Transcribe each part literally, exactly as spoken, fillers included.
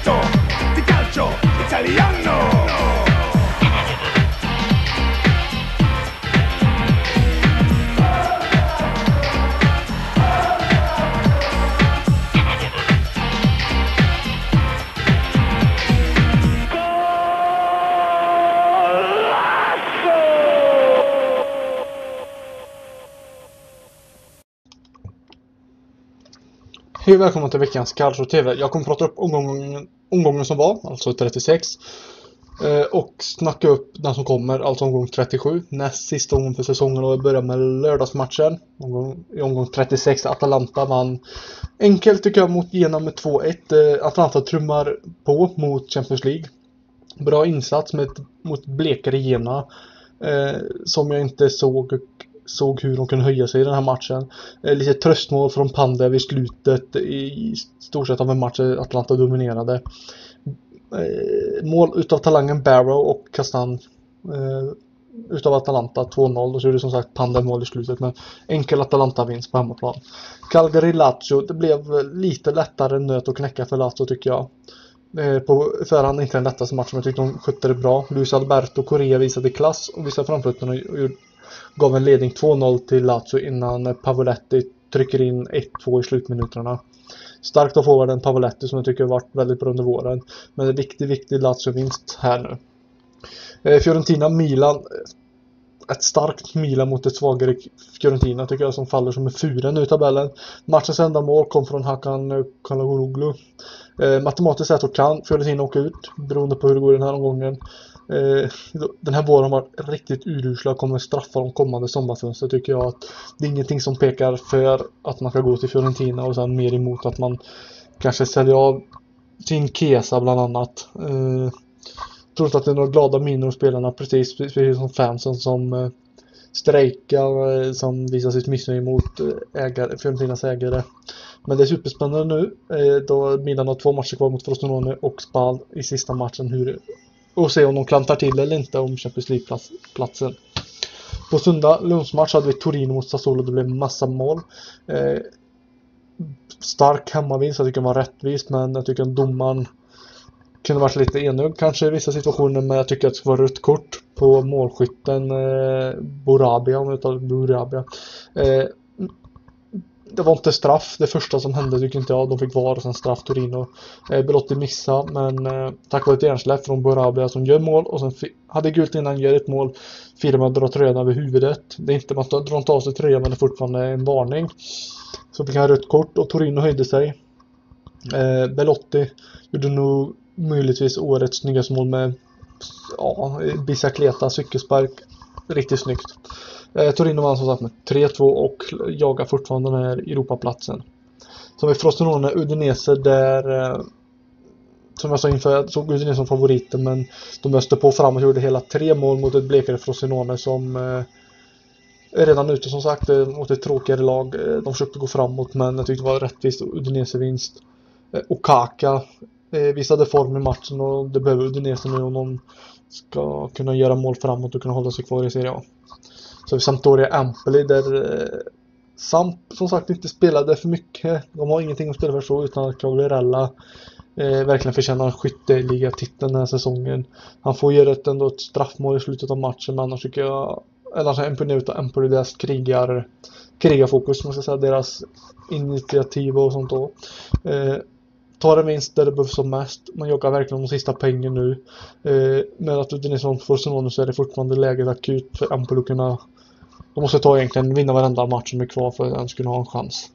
Esperto di calcio italiano. Hej och välkommen till veckans Calcio T V. Jag kommer prata upp omgången, omgången som var, alltså trettiosex. Eh, och snacka upp den som kommer, alltså omgång trettiosju. Näst sista omgång för säsongen, och jag börjar med lördagsmatchen. Omgång, I omgång trettiosex, Atalanta vann enkelt tycker jag mot Genoa med två ett. Eh, Atalanta trummar på mot Champions League. Bra insats med, mot blekare Genoa. Eh, som jag inte såg... såg hur de kunde höja sig i den här matchen. Eh, lite tröstmål från Pandev i slutet i stort sett av en match Atlanta dominerade. Eh, mål utav talangen Barrow och Castan eh, utav Atalanta två noll, och så är det som sagt Pandev mål i slutet, men enkel Atalanta-vinst på hemmaplan. Cagliari-Lazio, det blev lite lättare nöt att knäcka för Lazio tycker jag. Eh, på förhand inte den lättaste matchen, men jag tyckte de skötte det bra. Luis Alberto Correa visade klass och visade framfötterna och gjorde gav en ledning två noll till Lazio innan Pavoletti trycker in ett två i slutminuterna. Starkt av forwarden Pavoletti som jag tycker har varit väldigt bra under våren. Men det är viktig, viktig Lazio-vinst här nu. Eh, Fiorentina-Milan. Ett starkt Milan mot ett svagare Fiorentina tycker jag, som faller som en furen i tabellen. Matchens enda mål kom från Hakan Kalaguroglu. Eh, matematiskt sett så kan Fiorentina åka ut beroende på hur det går den här omgången. Eh, den här våren har varit riktigt urusla och kommer straffa de kommande sommarfönster, tycker jag att det är ingenting som pekar för att man ska gå till Fiorentina, och sen mer emot att man kanske säljer av sin Kesa bland annat. Eh, tror inte att det är några glada miner hos spelarna, precis, precis som fansen som eh, strejkar, eh, som visar sitt missnöje mot eh, ägare, Fiorentinas ägare. Men det är superspännande nu eh, då Milan har två matcher kvar mot Frosinone och Spal i sista matchen, hur och se om de klantar till eller inte om Champions League-platsen. På söndag lunchmatch hade vi Torino mot Sassuolo. Det blev massa mål. Eh, stark hemmavinst. Jag tycker den var rättvis, men jag tycker att domaren kunde varit lite enögd kanske i vissa situationer. Men jag tycker att det ska vara rött kort på målskytten eh, Borabia, om jag tar Borabia. Eh, Det var inte straff, det första som hände tycker inte jag. De fick vara och sen straff Torino. Eh, Belotti missa, men eh, tack vare ett hjärnsläpp från Borabia som gör mål. Och sen hade gult innan, gör ett mål. Firar med att dra tröjan över huvudet. Det är inte, man drar inte av sig tröjan, men det är fortfarande en varning. Så fick han rött kort och Torino höjde sig. Eh, Belotti gjorde nog möjligtvis årets snyggaste mål med ja, Bicicleta, cykelspark. Riktigt snyggt. Eh, Torino vann som sagt med tre två och jagar fortfarande den här Europaplatsen. Så vi Frosinone Udinese där eh, som jag sa inför, jag såg Udinese som favoriten, men de öste på fram och gjorde hela tre mål mot ett blekare Frosinone som eh, är redan ute som sagt eh, mot ett tråkigare lag. Eh, de försökte gå framåt, men jag tyckte det var rättvist Udinese vinst. Eh, Okaka eh, visade form i matchen, och det behöver Udinese nu om de ska kunna göra mål framåt och kunna hålla sig kvar i Serie A. Så vi Sampdoria Empoli där eh, Samp som sagt inte spelade för mycket. De har ingenting att spela för så, utan att Cagliarella eh, verkligen förtjänar skytteliga-titeln den här säsongen. Han får göra ett, ändå ett straffmål i slutet av matchen, men annars tycker jag eller jag imponerar av Empoli, deras krigar, krigarfokus, man ska säga, deras initiativ och sånt då. Eh, tar en vinst där det behövs som mest. Man joggar verkligen de sista pengarna nu. Eh, men att det är som Frosinone så är det fortfarande läget akut för Empoli att kunna. De måste ta egentligen vinna varenda match som är kvar för att de skulle ha en chans.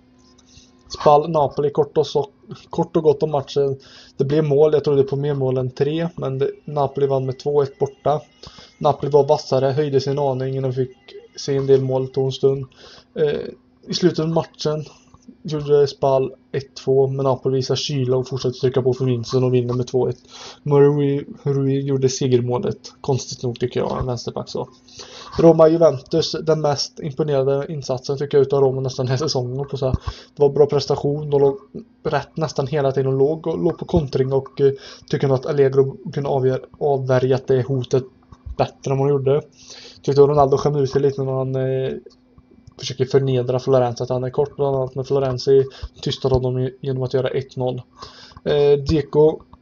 Spal Napoli kort och, så, kort och gott om matchen. Det blev mål, jag trodde på mer mål än tre, men det, Napoli vann med två ett borta. Napoli var vassare, höjde sin aning innan vi fick se en del mål, tog en stund. Eh, I slutet av matchen gjorde Spal ett två, men Napoli visar kyla och fortsätter trycka på för vinsten och vinner med två ett. Murray Rui gjorde segermålet, konstigt nog tycker jag, en vänsterback så. Roma-Juventus, den mest imponerande insatsen tycker jag utav Roma nästan hela säsongen. På så här. Det var bra prestation, de låg rätt nästan hela tiden och låg, och låg på kontring, och uh, tycker att Allegro kunde avgör, avvärja det hotet bättre än vad de gjorde. Tyckte Ronaldo skämde ut sig lite när han uh, försöker förnedra Florence, att han är kort bland annat, med Florence tystade honom genom att göra ett noll. Eh, Deco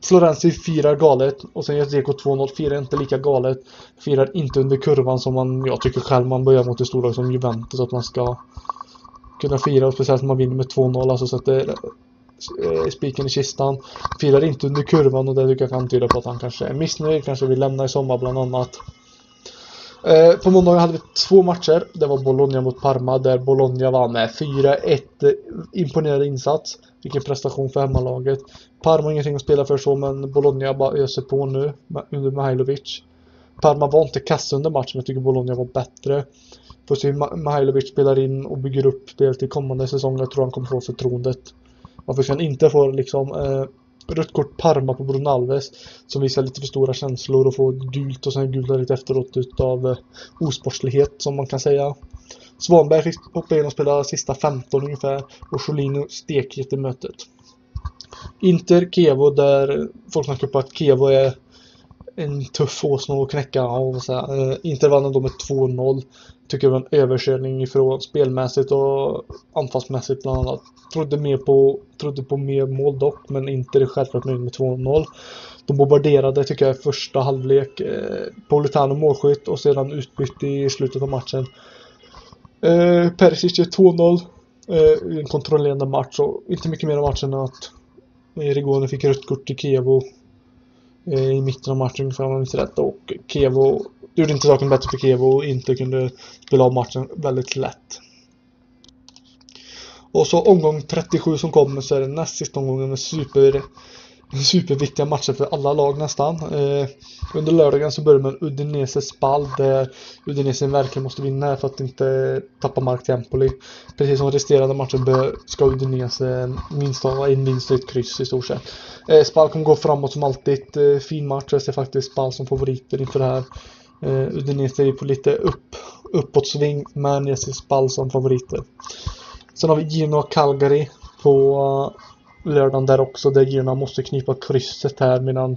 Florenzi firar galet och sen gör Dzeko två noll, firar inte lika galet, firar inte under kurvan som man, jag tycker själv man börjar mot ett storlag som Juventus att man ska kunna fira, och speciellt om man vinner med två noll, alltså så att det är spiken i kistan. Firar inte under kurvan, och det tycker jag kan tyda på att han kanske är missnöjd, kanske vill lämna i sommar bland annat. Eh, på måndagen hade vi två matcher. Det var Bologna mot Parma, där Bologna vann med fyra ett. Imponerande insats. Vilken prestation för hemmalaget. Parma har ingenting att spela för så, men Bologna bara öser på nu under Mihailovic. Parma var inte kass under matchen, men jag tycker Bologna var bättre. Får se hur Mihailovic spelar in och bygger upp spel till kommande säsong. Jag tror han kommer få förtroendet. Varför ska han inte få liksom eh, rött kort Parma på Bruno Alves, som visar lite för stora känslor, och får gult och sen gula lite efteråt utav eh, osportslighet, som man kan säga. Svanberg fick hoppa in och spela sista femton ungefär, och Jolino stek i mötet. Inter Kevo, där folk snackar på att Kevo är en tuff åsnå att knäcka. Och så här. Eh, Inter vann ändå med två noll. Tycker det var en överkörning ifrån spelmässigt och anfallsmässigt bland annat. Trodde, mer på, trodde på mer mål dock, men inte är självklart nöjd med två noll. De bombarderade tycker jag första halvlek. Eh, Politano målskytt och sedan utbytt i slutet av matchen. Eh, Perisic är två noll eh, i en kontrollerande match, och inte mycket mer av matchen än att eh, Rigoni fick rött kort till Kevo eh, i mitten av matchen för att man inte rätt, och Kevo gjorde inte saken bättre för Kevo och inte kunde spela av matchen väldigt lätt. Och så omgång trettiosju som kommer, så är det näst sista omgången med super, superviktiga matcher för alla lag nästan. Eh, under lördagen så börjar man Udinese Spal, där Udinese verkligen måste vinna för att inte tappa mark till Empoli. Precis som resterande matchen bör, ska Udinese minst ha en vinst och ett kryss i stort sett. Eh, Spal kommer gå framåt som alltid. Eh, fin match, jag ser faktiskt Spal som favoriter inför det här. Uh, Udinese är på lite upp, uppåt sving, men jag ser Spal som favoriter. Sen har vi Genoa Calgary på uh, lördagen där också, där Genoa måste knipa krysset här, medan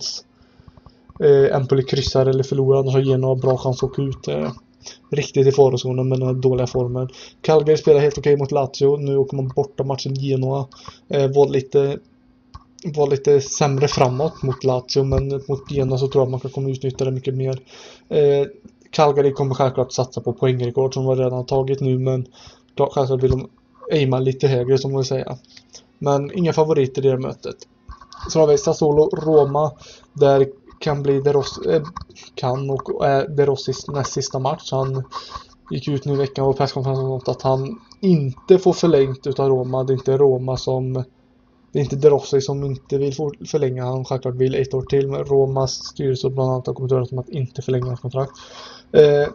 uh, Empoli kryssar eller förlorar, annars har Genoa bra chans att åka ut uh, riktigt i farozonen med den här dåliga formen. Calgary spelar helt okej mot Lazio, nu åker man borta matchen. Genoa uh, var lite var lite sämre framåt mot Lazio, men mot Genoa så tror jag man kan komma utnyttja det mycket mer. Eh, Calgary kommer självklart satsa på poängrekord som var redan tagit nu, men självklart vill de aima lite högre, som man vill säga. Men inga favoriter i det mötet. Så har vi Sassuolo Roma, där kan bli De Rossi, eh, kan och är De Rossis näst sista match. Han gick ut nu i veckan och presskonferensen att han inte får förlängt utav Roma. Det är inte Roma som Det är inte De Rossi som inte vill förlänga. Han självklart vill ett år till, med Romas styrelse bland annat har kommit överens om att inte förlänga hans kontrakt. Eh,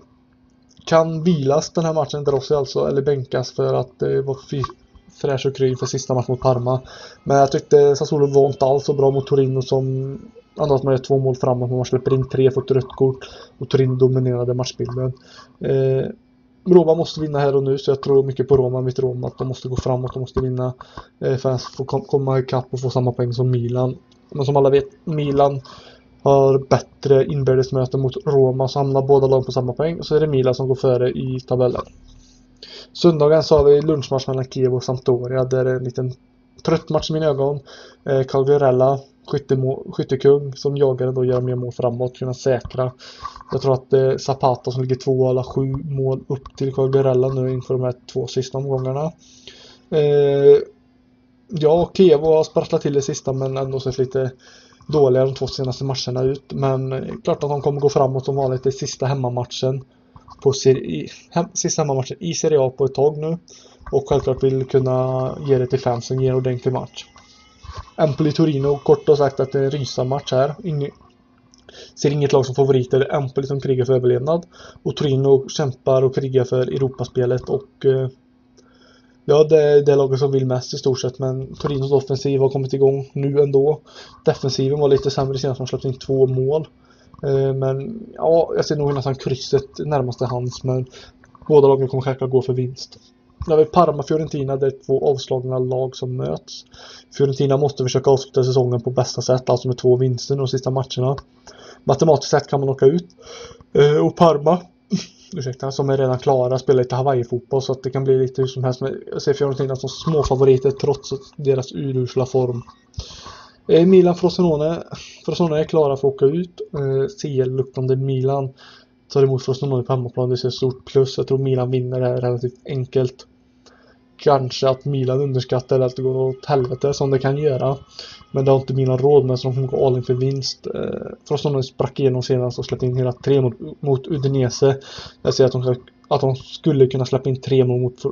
kan vilas den här matchen De Rossi alltså, eller bänkas för att det eh, var fräsch och kry för sista match mot Parma. Men jag tyckte Sassuolo var inte alls så bra mot Torino, som annars man gör två mål framåt, man släpper in tre, fått rött kort och Torino dominerade matchbilden. Eh, Roma måste vinna här och nu, så jag tror mycket på Roma, mitt Roma, att de måste gå framåt, de måste vinna eh, för att få kom- komma ikapp och få samma poäng som Milan. Men som alla vet, Milan har bättre inbördesmöten mot Roma, så hamnar båda lag på samma poäng, och så är det Milan som går före i tabellen. Söndagen så har vi lunchmatch mellan Kiev och Sampdoria, där det är en liten trött match i mina ögon. eh, Calgarella, skyttemål, skyttekung, som jagar då gör mer mål framåt, kunna säkra. Jag tror att eh, Zapata som ligger två alla sju mål upp till Calgarella nu inför de här två sista omgångarna. Eh, ja, Kiev har sprattlat till det sista, men ändå sett lite dåliga de två senaste matcherna ut. Men eh, klart att de kommer gå framåt som vanligt i sista hemmamatchen på seri- hem, sista hemmamatchen i Serie A på ett tag nu, och självklart vill kunna ge det till fansen, ge en ordentlig match. Empoli-Torino, kort och sagt att det är en rysarmatch här. Ingen, ser inget lag som favoriter. Det är Empoli som krigar för överlevnad, och Torino kämpar och krigar för Europaspelet, och eh, ja, det är det laget som vill mest i stort sett. Men Torinos offensiv har kommit igång nu ändå. Defensiven var lite sämre senast, man släppte in två mål. eh, Men ja, jag ser nog nästan krysset närmaste hands, men båda lagen kommer självklart gå för vinst. Där har vi Parma-Fiorentina, det är två avslagna lag som möts. Fiorentina måste försöka avsluta säsongen på bästa sätt, alltså med två vinster de sista matcherna. Matematiskt sett kan man åka ut. Eh, och Parma, ursäkta, som är redan klara, spelar lite Hawaii-fotboll, så att det kan bli lite hur som helst. Men jag ser Fiorentina som små favoriter trots deras urusla form. Eh, Milan Frosinone. Frosinone är klara för att åka ut. Eh, C L-luktande Milan tar emot Frosinone på hemmaplan. Det ser stort plus. Jag tror Milan vinner det här relativt enkelt. Kanske att Milan underskattar eller att det går åt helvete som det kan göra. Men det har inte Milan råd med, så de kommer gå all in för vinst. Eh, Frosinone sprack igenom senast och släppte in hela tre mot, mot Udinese. Jag ser att de, att de skulle kunna släppa in tre mål mot,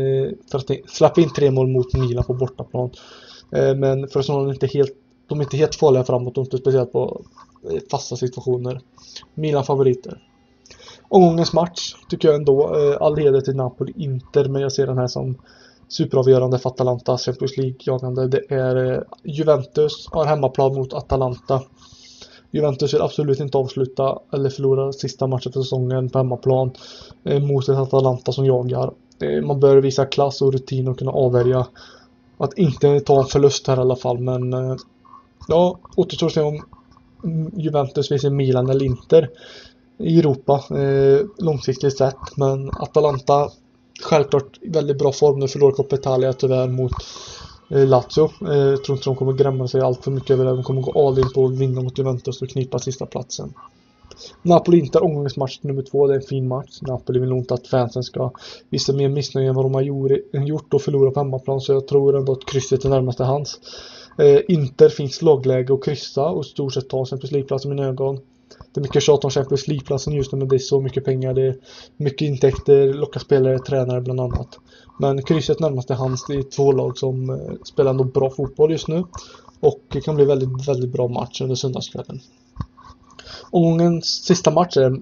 eh, släppa in tre mål mot Milan på bortaplan. Eh, men Frosinone är inte helt, de är inte helt farliga framåt, de är inte speciellt på eh, fasta situationer. Milan favoriter. Omgångens match tycker jag ändå, eh, all heder till Napoli-Inter, men jag ser den här som superavgörande för Atalanta, Champions League-jagande. Det är eh, Juventus har hemmaplan mot Atalanta. Juventus vill absolut inte avsluta eller förlora sista matchen för säsongen på hemmaplan eh, mot ett Atalanta som jagar. Eh, man bör visa klass och rutin och kunna avvärja att inte ta en förlust här i alla fall, men eh, ja, återstår att se om Juventus visar Milan eller Inter i Europa eh, långsiktigt sett, men Atalanta självklart i väldigt bra form. Nu förlorar Coppa Italia tyvärr mot eh, Lazio. Eh, jag tror inte de kommer grämma sig allt för mycket över det. De kommer gå all in på att vinna mot Juventus och knipa sista platsen. Napoli-Inter omgångens nummer två, det är en fin match. Napoli vill nog inte att fansen ska visa mer missnöje än vad de har gjort och förlora på hemmaplan, så jag tror ändå att krysset är närmaste hands. Eh, Inter finns lagläge och kryssa och stort sett ta Champions League-plats i mina ögon. Det är mycket tjat om Champions League-platsen just nu, men det är så mycket pengar, det är mycket intäkter, locka spelare, tränare bland annat. Men krysset närmaste hands, det är två lag som eh, spelar ändå bra fotboll just nu och det kan bli väldigt, väldigt bra match under söndagskvällen. Omgångens sista match är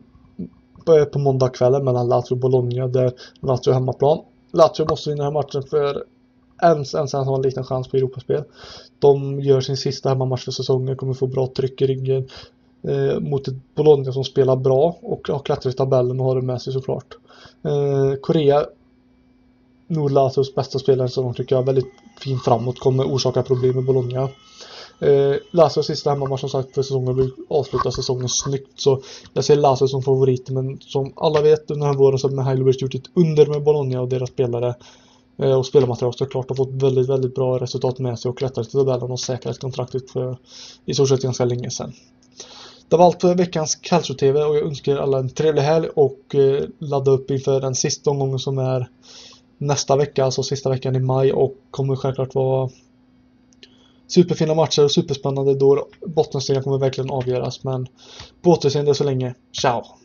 på måndagskvällen mellan Lazio och Bologna, där Lazio är hemmaplan. Lazio måste vinna den här matchen för ens ens ha en liten chans på Europaspel. De gör sin sista hemmamatch för säsongen, kommer få bra tryck i ryggen eh, mot ett Bologna som spelar bra och har klättrat i tabellen och har det med sig såklart. Eh, Korea, nog Lazios bästa spelare, som de tycker är väldigt fin framåt, kommer orsaka problem med Bologna. Eh, Lazios sista hemmamatch som sagt för säsongen vill avsluta säsongen snyggt, så jag ser Lazio som favorit, men som alla vet under den här våren så har Mihailovic gjort ett under med Bologna och deras spelare eh, och spelarmaterial såklart har fått väldigt, väldigt bra resultat med sig och klättrat i tabellen och säkrat kontraktet för i stort sett ganska länge sedan. Det var allt för veckans Calcio-T V och jag önskar alla en trevlig helg och eh, ladda upp inför den sista omgången som är nästa vecka, alltså sista veckan i maj, och kommer självklart vara superfina matcher och superspännande då bottenstriden kommer verkligen avgöras, men på återseende så länge. Ciao!